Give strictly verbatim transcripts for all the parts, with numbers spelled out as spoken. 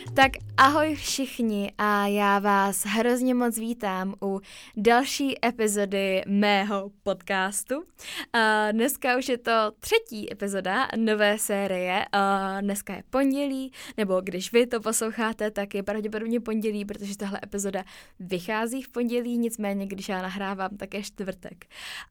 Tak ahoj všichni a já vás hrozně moc vítám u další epizody mého podcastu. Uh, dneska už je to třetí epizoda nové série. Uh, dneska je pondělí, nebo když vy to posloucháte, tak je pravděpodobně pondělí, protože tahle epizoda vychází v pondělí, nicméně když já nahrávám, tak je čtvrtek.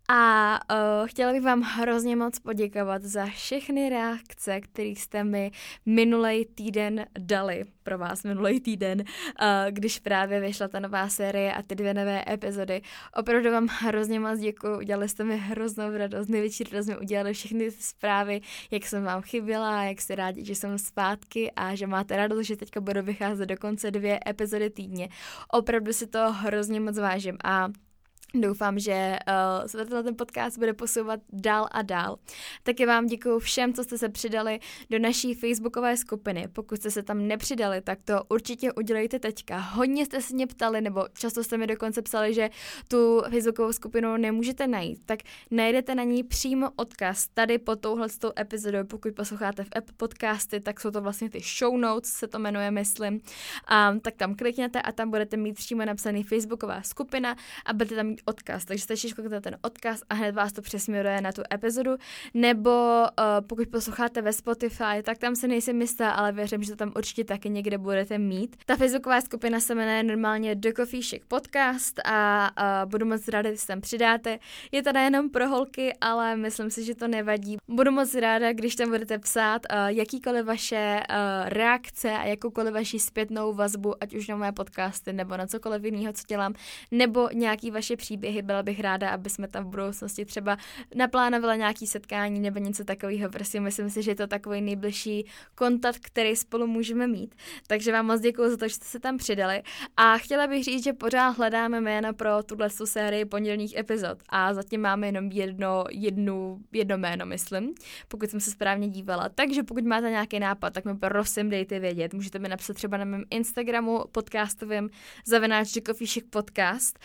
A uh, chtěla bych vám hrozně moc poděkovat za všechny reakce, které jste mi minulý týden dali, pro vás minulý týden, když právě vyšla ta nová série a ty dvě nové epizody. Opravdu vám hrozně moc děkuju, udělali jste mi hroznou radost, největší radost mi udělali všechny zprávy, jak jsem vám chyběla, jak jste rádi, že jsem zpátky a že máte radost, že teďka budu vycházet dokonce dvě epizody týdně. Opravdu si to hrozně moc vážím a doufám, že uh, se ten podcast bude posouvat dál a dál. Taky vám děkuju všem, co jste se přidali do naší facebookové skupiny. Pokud jste se tam nepřidali, tak to určitě udělejte teďka. Hodně jste se mě ptali, nebo často jste mi dokonce psali, že tu facebookovou skupinu nemůžete najít. Tak najdete na ní přímo odkaz tady pod touhletou epizodou. Pokud posloucháte v Apple podcasty, tak jsou to vlastně ty show notes, se to jmenuje, myslím. Um, tak tam klikněte a tam budete mít přímo napsaný facebooková skupina a budete tam mít odkaz, takže stačí kliknout ten odkaz a hned vás to přesměruje na tu epizodu, nebo uh, pokud posloucháte ve Spotify, tak tam se nejsem jistá, ale věřím, že to tam určitě taky někde budete mít. Ta facebooková skupina se jmenuje normálně The Coffee Chic Podcast a uh, budu moc ráda, když se tam přidáte. Je to nejenom pro holky, ale myslím si, že to nevadí. Budu moc ráda, když tam budete psát uh, jakýkoliv vaše uh, reakce a jakoukoliv vaši zpětnou vazbu, ať už na moje podcasty, nebo na cokoliv jiného, co dělám, nebo nějaký vaše příběhy. Byla bych ráda, aby jsme tam v budoucnosti třeba naplánovali nějaké setkání nebo něco takového. Prostě myslím si, že je to takový nejbližší kontakt, který spolu můžeme mít. Takže vám moc děkuji za to, že jste se tam přidali. A chtěla bych říct, že pořád hledáme jméno pro tuhle sérii pondělních epizod. A zatím máme jenom jedno, jednu, jedno jméno, myslím, pokud jsem se správně dívala. Takže pokud máte nějaký nápad, tak mi prosím dejte vědět. Můžete mi napsat třeba na mém Instagramu podcastovém zavináč The Coffee Chic Podcast.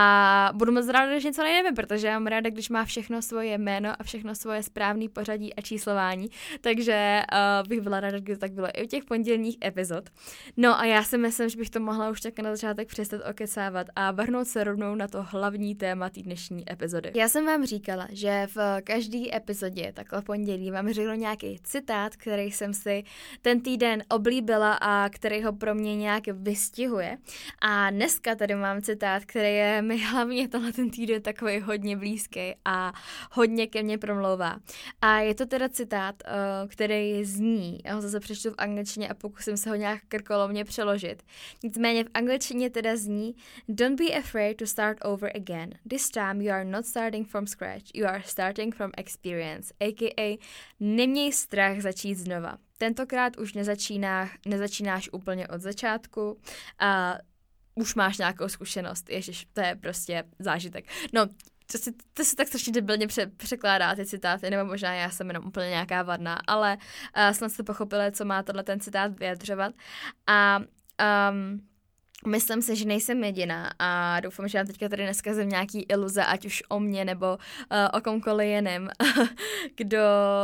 A budu moc ráda, že něco najdeme, protože já mám ráda, když má všechno svoje jméno a všechno svoje správné pořadí a číslování, takže uh, bych byla ráda, kdyby tak bylo i u těch pondělních epizod. No a já si myslím, že bych to mohla už tak na začátek přestat okecávat a vrhnout se rovnou na to hlavní téma té dnešní epizody. Já jsem vám říkala, že v každé epizodě, takhle pondělí, vám řeknu nějaký citát, který jsem si ten týden oblíbila a který ho pro mě nějak vystihuje. A dneska tady mám citát, který je mi hlavně tenhle ten týden takový hodně blízký a hodně ke mně promlouvá. A je to teda citát, uh, který zní, já ho zase přečtu v angličtině a pokusím se ho nějak krkolomně přeložit. Nicméně v angličtině teda zní Don't be afraid to start over again. This time you are not starting from scratch, you are starting from experience, aka neměj strach začít znova. Tentokrát už nezačíná, nezačínáš úplně od začátku a už máš nějakou zkušenost, ježiš, to je prostě zážitek. No, to si, to si tak strašně debilně pře- překládá ty citáty, nebo možná já jsem jenom úplně nějaká vadná, ale uh, snad jste pochopili, co má tohle ten citát vyjadřovat. A um, myslím si, že nejsem jediná a doufám, že vám teďka tady neskazím nějaký iluze, ať už o mně nebo uh, o komkoliv jiném, kdo...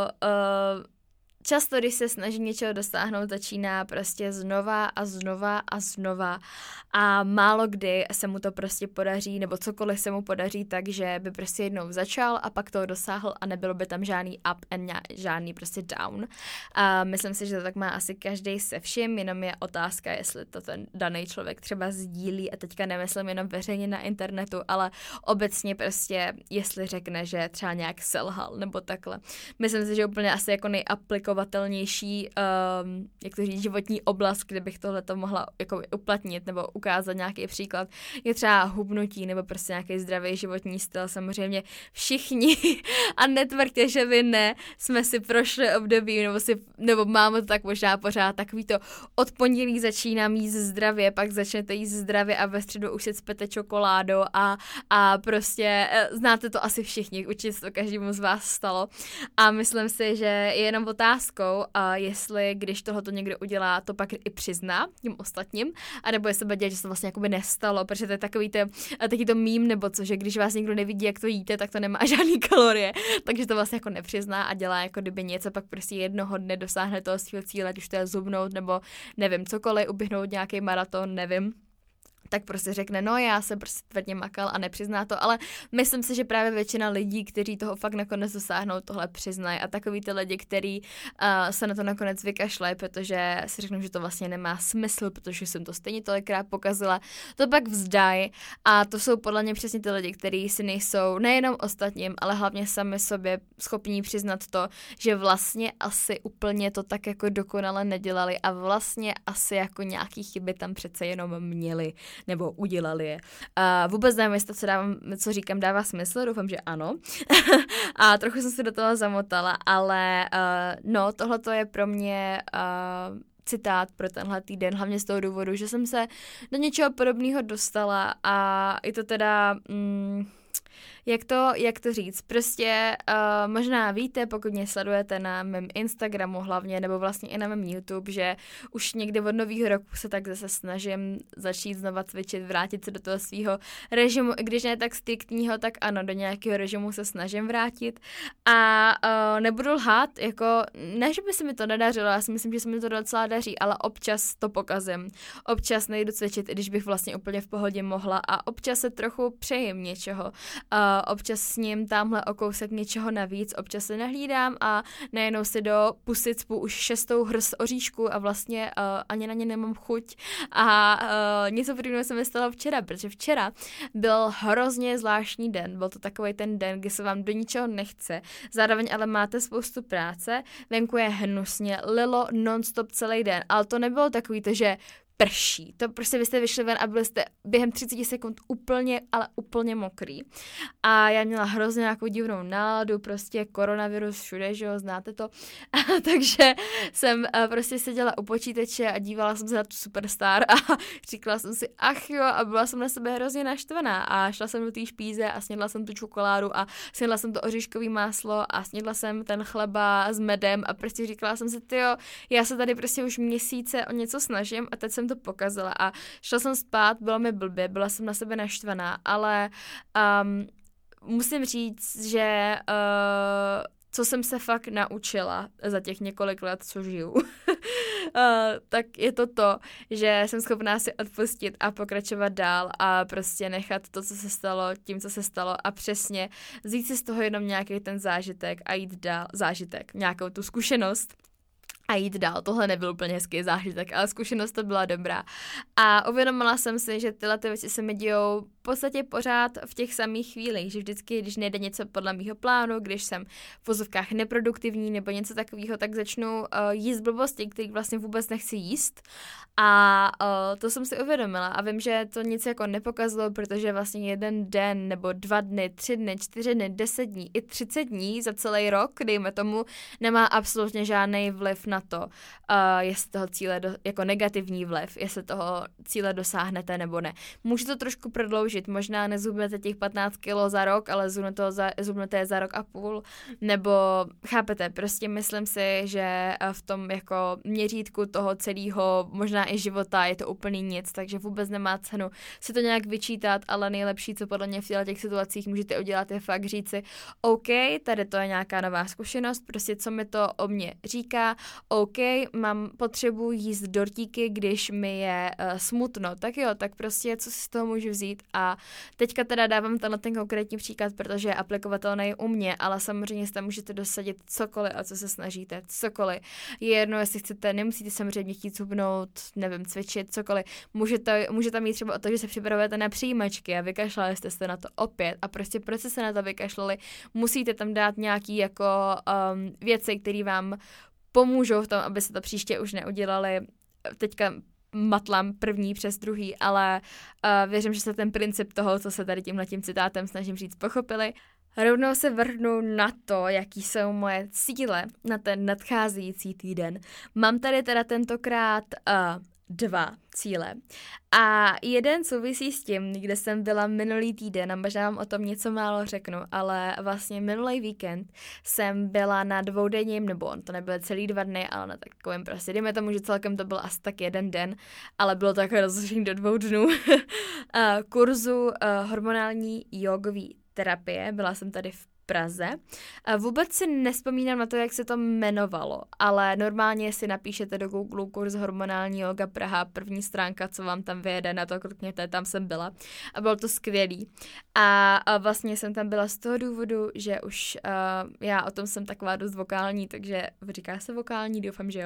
Uh, Často, když se snaží něčeho dosáhnout, začíná prostě znova a znova a znova a málo kdy se mu to prostě podaří, nebo cokoliv se mu podaří, takže by prostě jednou začal a pak toho dosáhl a nebylo by tam žádný up and žádný prostě down. A myslím si, že to tak má asi každý se vším, jenom je otázka, jestli to ten daný člověk třeba sdílí a teďka nemyslím jenom veřejně na internetu, ale obecně prostě, jestli řekne, že třeba nějak selhal nebo takhle. Myslím si, že úplně asi jako nejaplikovanější aplikovatelnější, um, jak to říct, životní oblast, kde bych tohleto mohla jako uplatnit nebo ukázat nějaký příklad, je třeba hubnutí nebo prostě nějaký zdravý životní styl. Samozřejmě všichni a netvrďte, že vy ne, jsme si prošli období, nebo, si, nebo máme to tak možná pořád, takový to od pondělí začínám jíst zdravě, pak začnete jíst zdravě a ve středu už si cpete čokoládou a, a prostě znáte to asi všichni, určitě se to každému z vás stalo a myslím si, že je jenom otázka, otázkou, a jestli když tohoto někdo udělá, to pak i přizná tím ostatním, anebo jestli bude dělat, že se to vlastně jakoby nestalo, protože to je takový to, taky to mím, nebo co, že když vás někdo nevidí, jak to jíte, tak to nemá žádný kalorie, takže to vlastně jako nepřizná a dělá jako kdyby něco, pak prostě jednoho dne dosáhne toho svého cíle, ať už to je zubnout, nebo nevím, cokoliv, uběhnout nějaký maraton, nevím. Tak prostě řekne, no já jsem prostě tvrdě makal a nepřizná to, ale myslím si, že právě většina lidí, kteří toho fakt nakonec dosáhnou, tohle přiznají a takový ty lidi, kteří uh, se na to nakonec vykašlají, protože si řeknou, že to vlastně nemá smysl, protože jsem to stejně tolikrát pokazila, to pak vzdají a to jsou podle mě přesně ty lidi, kteří si nejsou nejenom ostatním, ale hlavně sami sobě schopní přiznat to, že vlastně asi úplně to tak jako dokonale nedělali a vlastně asi jako nějaký chyby tam přece jenom měli nebo udělali je. A vůbec nevím, jestli to, co, dávám, co říkám, dává smysl, doufám, že ano. A trochu jsem se do toho zamotala, ale uh, no, tohle je pro mě uh, citát pro tenhle týden, hlavně z toho důvodu, že jsem se do něčeho podobného dostala a je to teda... Mm, Jak to, jak to říct, prostě uh, možná víte, pokud mě sledujete na mém Instagramu hlavně, nebo vlastně i na mém YouTube, že už někdy od nového roku se tak zase snažím začít znova cvičit, vrátit se do toho svého režimu, i když ne tak striktního, tak ano, do nějakého režimu se snažím vrátit a uh, nebudu lhát, jako ne, že by se mi to nedařilo, já si myslím, že se mi to docela daří, ale občas to pokazím, občas nejdu cvičit, i když bych vlastně úplně v pohodě mohla a občas se trochu přejím něčeho, uh, občas s ním tamhle o kousek něčeho navíc, občas se nahlídám a najednou si do pusy cpu už šestou hrst oříšku a vlastně uh, ani na ně nemám chuť a uh, něco podobného se mi stalo včera, protože včera byl hrozně zvláštní den, byl to takový ten den, kdy se vám do ničeho nechce, zároveň ale máte spoustu práce, venku je hnusně, lilo non-stop celý den, ale to nebylo takový to, že prší. To prostě vy jste vyšli ven a byli jste během třicet sekund úplně, ale úplně mokrý. A já měla hrozně nějakou divnou náladu, prostě koronavirus všude, že jo, znáte to. Takže jsem uh, prostě seděla u počítače a dívala jsem se na tu Superstar a říkala jsem si, ach jo, a byla jsem na sebe hrozně naštvaná a šla jsem do té špíze a snědla jsem tu čokoládu a snědla jsem to oříškový máslo a snědla jsem ten chleba s medem a prostě říkala jsem si, tyjo, já se tady prostě už měsíce o něco snažím a teď jsem to pokazila a šla jsem spát, bylo mi blbě, byla jsem na sebe naštvaná, ale um, musím říct, že uh, co jsem se fakt naučila za těch několik let, co žiju, uh, tak je to to, že jsem schopná si odpustit a pokračovat dál a prostě nechat to, co se stalo, tím, co se stalo a přesně vzít si z toho jenom nějaký ten zážitek a jít dál, zážitek, nějakou tu zkušenost a jít dál. Tohle nebyl úplně hezký zážitek, ale zkušenost to byla dobrá. A uvědomila jsem si, že tyhle ty věci se mi dějou v podstatě pořád v těch samých chvílích, že vždycky, když nejde něco podle mýho plánu, když jsem v vozovkách neproduktivní nebo něco takového, tak začnu uh, jíst blbosti, které vlastně vůbec nechci jíst. A uh, to jsem si uvědomila a vím, že to nic jako nepokazilo, protože vlastně jeden den nebo dva dny, tři dny, čtyři dny, deset dní, i třicet dní za celý rok, dejme tomu, nemá absolutně žádný vliv na to, uh, jestli toho cíle, do, jako negativní vliv, jestli toho cíle dosáhnete nebo ne. Může to trošku prodloužit, možná nezubnete těch patnáct kilo za rok, ale zubnete, za, zubnete je za rok a půl, nebo chápete, prostě myslím si, že v tom jako měřítku toho celého, možná i života je to úplný nic, takže vůbec nemá cenu si to nějak vyčítat, ale nejlepší, co podle mě v těch situacích můžete udělat, je fakt říci, OK, tady to je nějaká nová zkušenost, prostě co mi to o mě říká, OK, mám potřebu jíst dortíky, když mi je uh, smutno, tak jo, tak prostě co si z toho můžu vzít a teďka teda dávám tenhle ten konkrétní příklad, protože je aplikovatelný u mě, ale samozřejmě si tam můžete dosadit cokoliv, a co se snažíte, cokoliv. Je jedno, jestli chcete, nemusíte samozřejmě chtít zubnout, nevím, cvičit, cokoliv. Můžete, může tam jít třeba o to, že se připravujete na přijímačky a vykašlali jste se na to opět a prostě proč jste se na to vykašlali, musíte tam dát nějaký jako um, věci, které vám pomůžou v tom, aby se to příště už neudělali. Teďka matlám první přes druhý, ale uh, věřím, že se ten princip toho, co se tady tímhletím citátem snažím říct, pochopili. Rovnou se vrhnu na to, jaký jsou moje cíle na ten nadcházející týden. Mám tady teda tentokrát uh, dva cíle. A jeden souvisí s tím, kde jsem byla minulý týden a možná vám o tom něco málo řeknu, ale vlastně minulý víkend jsem byla na dvoudenním, nebo on to nebyl celý dva dny, ale na takovém prostě, dejme tomu, že celkem to byl asi tak jeden den, ale bylo to takové rozložení do dvou dnů, kurzu hormonální jogový terapie. Byla jsem tady v Praze. A vůbec si nespomínám na to, jak se to jmenovalo, ale normálně si napíšete do Google kurz hormonální yoga Praha, první stránka, co vám tam vyjede, na to klikněte, tam jsem byla. A bylo to skvělý. A, a vlastně jsem tam byla z toho důvodu, že už uh, já o tom jsem taková dost vokální, takže říká se vokální, doufám, že jo.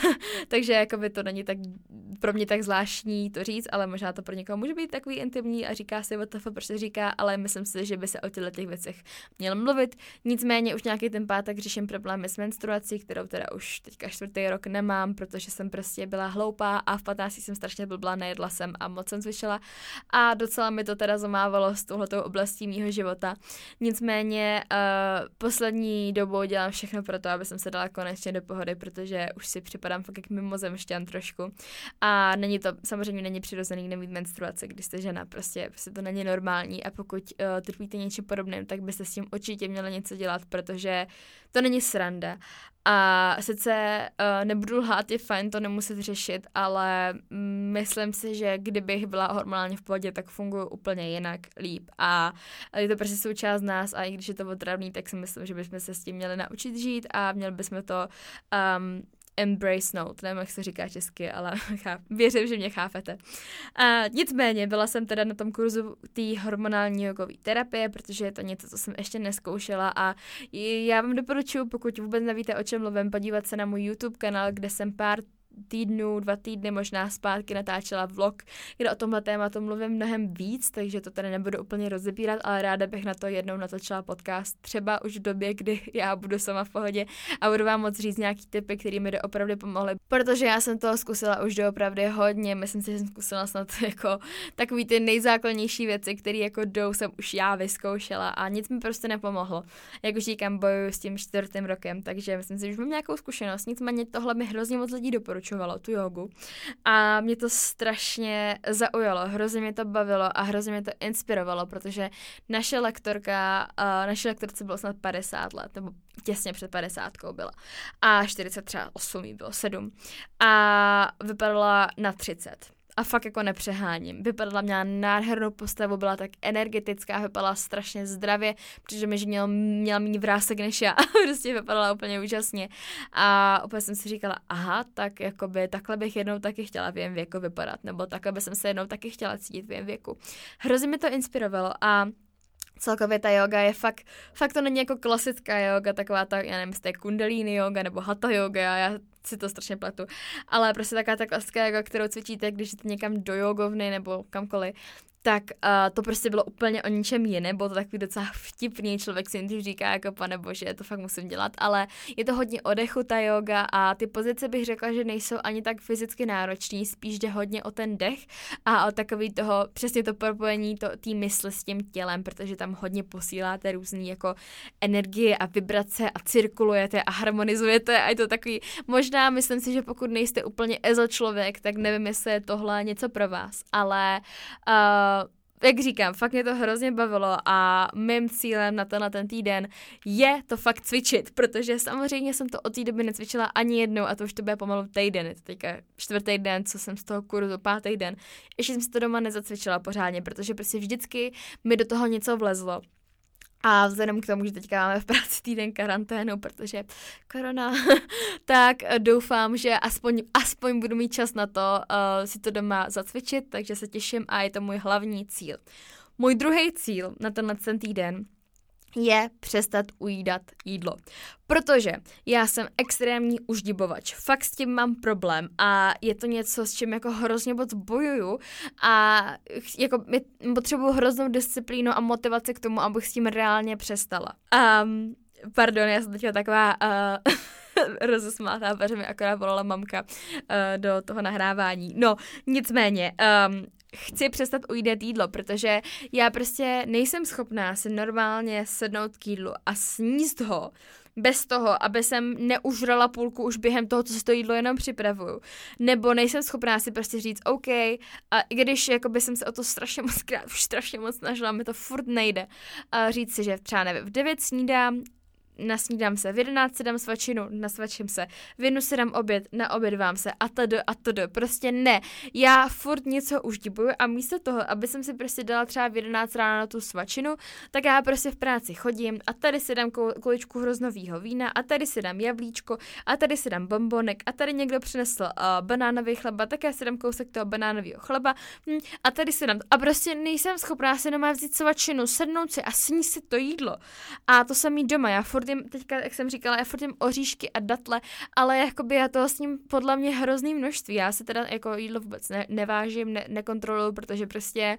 Takže jakoby to není tak pro mě tak zvláštní to říct, ale možná to pro někoho může být takový intimní a říká se o to, proč se říká, ale myslím si, že by se o těchto těch věcech měl mluvit. Nicméně už nějaký ten pátek řeším problémy s menstruací, kterou teda už teďka čtvrtý rok nemám, protože jsem prostě byla hloupá a v patnácti jsem strašně blbla, nejedla jsem a moc jsem cvičila a docela mi to teda zamávalo s touhletou oblastí mýho života. Nicméně uh, poslední dobou dělám všechno pro to, aby jsem se dala konečně do pohody, protože už si připadám fakt jak mimozemšťan trošku a není to, samozřejmě není přirozený nemít menstruace, když jste žena, prostě, prostě to není normální a pokud uh, trpíte něčím podobným, tak byste s tím určitě měli něco dělat, protože to není sranda. A sice uh, nebudu lhát, je fajn to nemuset řešit, ale myslím si, že kdybych byla hormonálně v pohodě, tak funguji úplně jinak, líp. A je to prostě součást nás a i když je to otravný, tak si myslím, že bychom se s tím měli naučit žít a měli bychom to um, embrace note, nevím, jak se říká česky, ale cháp, věřím, že mě chápete. A nicméně byla jsem teda na tom kurzu té hormonální jogové terapie, protože je to něco, co jsem ještě neskoušela a já vám doporučuji, pokud vůbec nevíte, o čem mluvím, podívat se na můj YouTube kanál, kde jsem pár týdnů, dva týdny možná zpátky natáčela vlog, kde o tomhle tématu mluvím mnohem víc, takže to tady nebudu úplně rozebírat, ale ráda bych na to jednou natočila podcast, třeba už v době, kdy já budu sama v pohodě a budu vám moc říct nějaký tipy, které mi doopravdy pomohly, protože já jsem toho zkusila už doopravdy hodně, myslím si, že jsem zkusila snad jako takový ty nejzákladnější věci, které jako jdou, jsem už já vyzkoušela a nic mi prostě nepomohlo. Jak už říkám, bojuju s tím čtvrtým rokem, takže myslím si, že už mám nějakou zkušenost, nicméně tohle mi hrozně moc lidí doporučuje tu jogu a mě to strašně zaujalo, hrozně mě to bavilo a hrozně mě to inspirovalo, protože naše lektorka, uh, naše lektorce bylo snad padesát let, nebo těsně před padesátkou byla a čtyřicet třeba osm jí bylo, sedm a vypadala na třicet. A fakt jako nepřeháním. Vypadala, měla nádhernou postavu, byla tak energetická, vypadala strašně zdravě, protože mi měl, měla méně vrásek než já. Prostě vypadala úplně úžasně. A úplně jsem si říkala, aha, tak jakoby takhle bych jednou taky chtěla v jejím věku vypadat, nebo takhle bych jsem se jednou taky chtěla cítit v jejím věku. Hrozně mi to inspirovalo a celkově ta yoga je fakt, fakt to není jako klasická yoga, taková ta, já nevím, jestli to je kundalini yoga nebo hatha yoga, já si to strašně pletu, ale prostě taková ta klasická yoga, kterou cvičíte, když jdete někam do jogovny nebo kamkoliv, tak uh, to prostě bylo úplně o ničem jiném, bylo to takový docela vtipný, člověk si nejdřív říká jako pane bože, to fakt musím dělat, ale je to hodně o dechu ta yoga a ty pozice bych řekla, že nejsou ani tak fyzicky náročný, spíš jde hodně o ten dech a o takový toho, přesně to propojení to, té mysli s tím tělem, protože tam hodně posíláte různý jako energie a vibrace a cirkulujete a harmonizujete a je to takový, možná myslím si, že pokud nejste úplně ezo člověk, tak nevím, jestli je tohle něco pro vás, ale uh, jak říkám, fakt mě to hrozně bavilo a mým cílem na tenhle ten týden je to fakt cvičit, protože samozřejmě jsem to od té doby necvičila ani jednou a to už to bude pomalu týden, je to teďka čtvrtý den, co jsem z toho kurzu, pátý den. Ještě jsem si to doma nezacvičila pořádně, protože prostě vždycky mi do toho něco vlezlo. A vzhledem k tomu, že teďka máme v práci týden karanténu, protože korona, tak doufám, že aspoň, aspoň budu mít čas na to uh, si to doma zacvičit, takže se těším a je to můj hlavní cíl. Můj druhý cíl na tenhle ten týden je přestat ujídat jídlo. Protože já jsem extrémní uždibovač. Fakt s tím mám problém a je to něco, s čím jako hrozně moc bojuju a jako potřebuju hroznou disciplínu a motivaci k tomu, abych s tím reálně přestala. Um, pardon, já jsem teďka taková uh, rozesmátá, protože mi akorát volala mamka uh, do toho nahrávání. No, nicméně, um, chci přestat ujídat jídlo, protože já prostě nejsem schopná si normálně sednout k jídlu a sníst ho bez toho, aby jsem neužrala půlku už během toho, co si to jídlo jenom připravuju. Nebo nejsem schopná si prostě říct OK, a i když jakoby jsem se o to strašně moc krát, už strašně moc snažila, mi to furt nejde. A říct si, že třeba nevím, v devět snídám, nasnídám se, v jedenáct si dám svačinu, nasvačím se, v jednu si dám oběd, naobědvám se a td. a td. Prostě ne. Já furt něco uždibuju a místo toho, aby jsem si prostě dala třeba v jedenáct ráno na tu svačinu, tak já prostě v práci chodím a tady si dám kuličku hroznovýho vína a tady si dám jablíčko a tady si dám bombonek a tady někdo přinesl uh, banánový chleba, tak já si dám kousek toho banánového chleba hm, a tady si dám a prostě nejsem schopná si doma vzít svačinu, sednout si a sníst si to jídlo. A to samý doma, já furt jim, teďka, jak jsem říkala, já furt jim oříšky a datle, ale jakoby já toho s ním podle mě hrozný množství. Já se teda jako jídlo vůbec ne, nevážím, ne, nekontroluju, protože prostě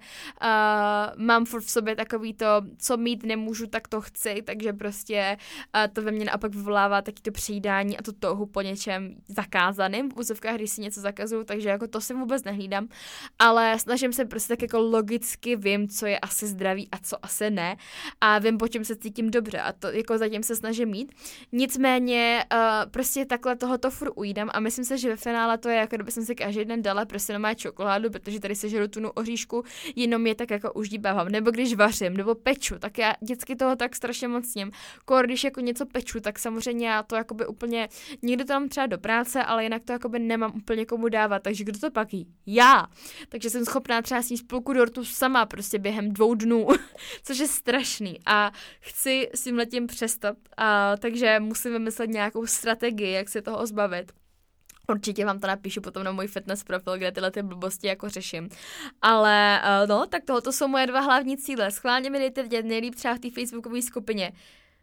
uh, mám furt v sobě takový to, co mít nemůžu, tak to chci, takže prostě uh, to ve mně naopak vyvolává taky to přejídání a tu touhu po něčem zakázaným v úzovkách, když si něco zakazuju, takže jako to si vůbec nehlídám, ale snažím se prostě tak jako logicky vím, co je asi zdravý a co asi ne a vím, po čem se cítím dobře a to jako zatím se snažím mít. Nicméně uh, prostě takhle tohoto furt ujídám a myslím si, že ve finále to je jako kdyby jsem si každý den dala prostě normální čokoládu, protože tady se žeru tunu oříšku, jenom je tak jako uždíbávám. Nebo když vařím, nebo peču, tak já vždycky toho tak strašně moc sním. Kor, když jako něco peču, tak samozřejmě já to jakoby úplně, někdo to mám třeba do práce, ale jinak to jakoby nemám úplně komu dávat, takže kdo to pak jí? Já! Takže jsem schopná třeba sníst půlku dortu sama prostě během dvou dnů, což je strašný a chci s tím letím přestat. A, takže musím vymyslet nějakou strategii, jak se toho zbavit. Určitě vám to napíšu potom na můj fitness profil, kde tyhle ty blbosti jako řeším. Ale no, tak tohoto jsou moje dva hlavní cíle. Schválně mi dejte vědět, nejlíp třeba v té facebookové skupině.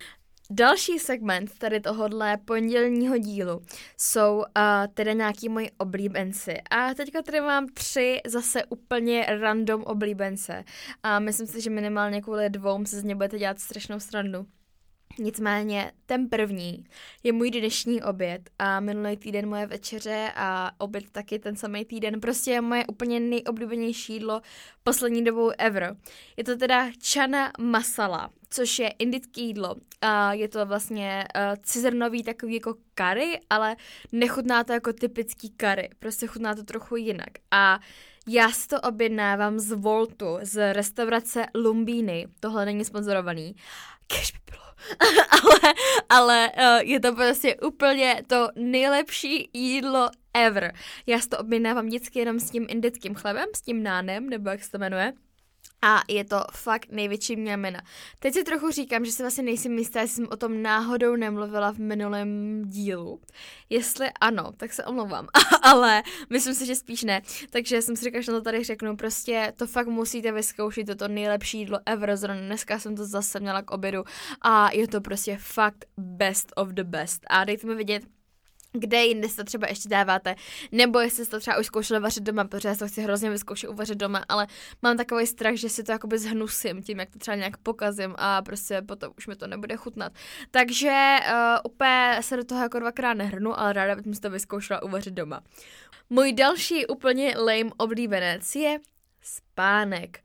Další segment tady tohohle pondělního dílu jsou uh, teda nějaký moji oblíbenci. A teďka tady mám tři zase úplně random oblíbence. A myslím si, že minimálně kvůli dvou se z mě budete dělat strašnou srandu. Nicméně ten první je můj dnešní oběd a minulý týden moje večeře a oběd taky ten samý týden. Prostě je moje úplně nejoblíbenější jídlo poslední dobou ever. Je to teda chana masala, což je indické jídlo. A je to vlastně uh, cizrnový takový jako curry, ale nechutná to jako typický curry. Prostě chutná to trochu jinak. A já si to objednávám z Voltu, z restaurace Lumbini. Tohle není sponzorovaný. Kež by bylo. ale ale uh, je to prostě úplně to nejlepší jídlo ever. Já si to objednávám vždycky jenom s tím indickým chlebem, s tím nánem, nebo jak se to jmenuje. A je to fakt největší mňamina. Teď si trochu říkám, že si vlastně nejsem jistá, jestli jsem o tom náhodou nemluvila v minulém dílu. Jestli ano, tak se omlouvám. Ale myslím si, že spíš ne. Takže jsem si říkala, že to tady řeknu. Prostě to fakt musíte vyzkoušet, to to nejlepší jídlo ever. Zrovna dneska jsem to zase měla k obědu. A je to prostě fakt best of the best. A dejte mi vědět, kde jinde si to třeba ještě dáváte, nebo jestli jste to třeba už zkoušeli vařit doma, protože já to chci hrozně vyzkoušet uvařit doma, ale mám takový strach, že si to jakoby zhnusím tím, jak to třeba nějak pokazím a prostě potom už mi to nebude chutnat. Takže uh, úplně se do toho jako dvakrát nehrnu, ale ráda bych si to vyzkoušela uvařit doma. Můj další úplně lame oblíbenec je spánek.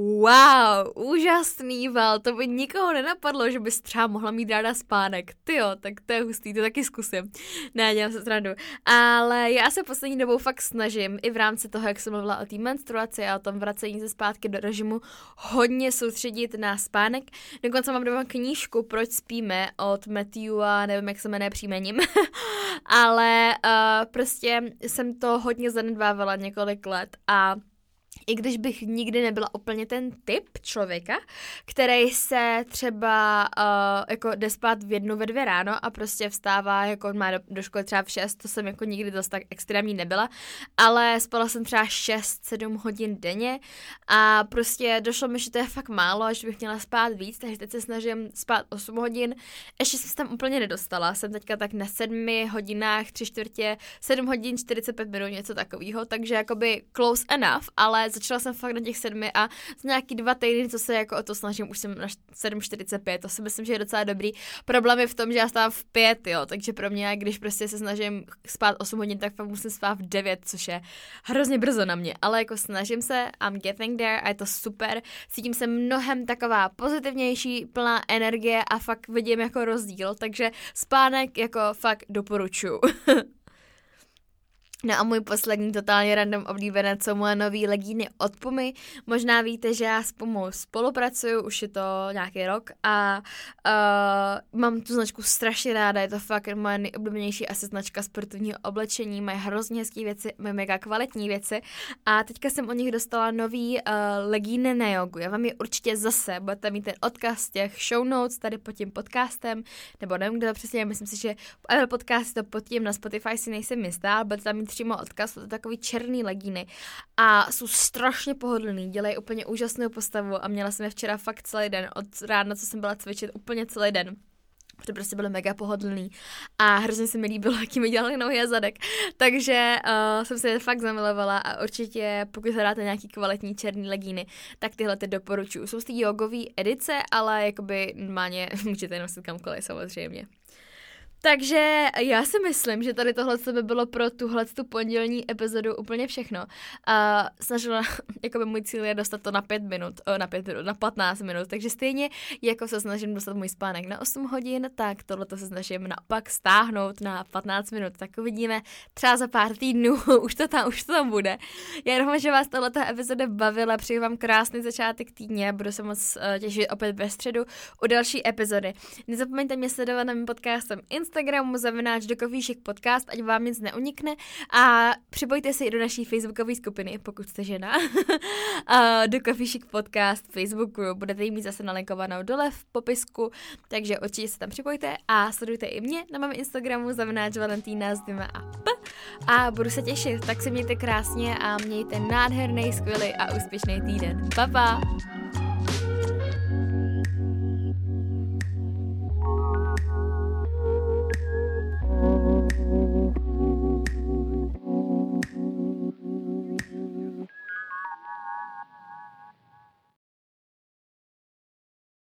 Wow, úžasný val, to by nikoho nenapadlo, že bys třeba mohla mít ráda spánek. Tyjo, tak to je hustý, to taky zkusím. Ne, dělám se srandu. Ale já se poslední dobou fakt snažím, i v rámci toho, jak jsem mluvila o té menstruaci a o tom vracení ze zpátky do režimu, hodně soustředit na spánek. Dokonce mám doma knížku Proč spíme od Matthewa, nevím, jak se jmenuje příjmením. Ale uh, prostě jsem to hodně zanedbávala několik let a i když bych nikdy nebyla úplně ten typ člověka, který se třeba uh, jako jde spát v jednu, ve dvě ráno a prostě vstává, jako má do, do školy třeba v šest, to jsem jako nikdy dost tak extrémní nebyla, ale spala jsem třeba šest sedm hodin denně a prostě došlo mi, že to je fakt málo a že bych měla spát víc, takže teď se snažím spát osm hodin, ještě jsem se tam úplně nedostala, jsem teďka tak na sedmi hodinách, tři čtvrtě, sedm hodin, čtyřicet pět minut, něco takového, takže jakoby close enough, ale začala jsem fakt na těch sedmi a z nějaký dva týdny, co se jako o to snažím, už jsem na sedm čtyřicet pět, to si myslím, že je docela dobrý. Problém je v tom, že já stávám v pět, jo, takže pro mě, když prostě se snažím spát osm hodin, tak fakt musím spát v devět, což je hrozně brzo na mě, ale jako snažím se, I'm getting there a je to super, cítím se mnohem taková pozitivnější, plná energie a fakt vidím jako rozdíl, takže spánek jako fakt doporučuju. No a můj poslední totálně random oblíbenec jsou moje nový legíny od Pumy. Možná víte, že já s Pumou spolupracuju, už je to nějaký rok a uh, mám tu značku strašně ráda, je to fakt moje nejoblíbenější asi značka sportovního oblečení, mají hrozně hezký věci, mají mega kvalitní věci a teďka jsem od nich dostala nový uh, legíny na jogu. Já vám je určitě zase, budete mít ten odkaz z těch show notes tady pod tím podcastem, nebo nevím, kde to přesně, myslím si, že Apple Podcast to pod tím, na Spotify si nejsem jistá, ale budete tam mít přímo odkaz, to takový černý legíny a jsou strašně pohodlný, dělají úplně úžasnou postavu a měla jsem je včera fakt celý den, od rána, co jsem byla cvičit, úplně celý den. Protože prostě byly mega pohodlný a hrozně se mi líbilo, jaký mi dělali nohy a zadek. Takže uh, jsem se je fakt zamilovala a určitě, pokud hledáte nějaký kvalitní černý legíny, tak tyhle ty doporučuji. Jsou z té jogové edice, ale jakoby normálně můžete nosit kamkoliv samozřejmě. Takže já si myslím, že tady tohle by bylo pro tuhle tu pondělní epizodu úplně všechno. A snažila, jako by můj cíl je dostat to na pět minut, na pět minut, na patnáct minut, takže stejně jako se snažím dostat můj spánek na osm hodin, tak tohleto se snažím naopak stáhnout na patnáct minut, tak uvidíme třeba za pár týdnů, už to tam, už to tam bude. Já doufám, že vás tato epizoda bavila, přeji vám krásný začátek týdně, budu se moc uh, těšit opět ve středu u další epizody. Nezapomeňte mě sledovat na mým podcastem Instagramu zavináč do Coffee Chic Podcast, ať vám nic neunikne a připojte se i do naší facebookové skupiny, pokud jste žena, do Coffee Chic Podcast Facebooku, budete jí mít zase nalinkovanou dole v popisku, takže určitě se tam připojte a sledujte i mě na mém Instagramu zavináč Valentína s dvěma a p a budu se těšit, tak se mějte krásně a mějte nádherný, skvělý a úspěšný týden. Pa, pa!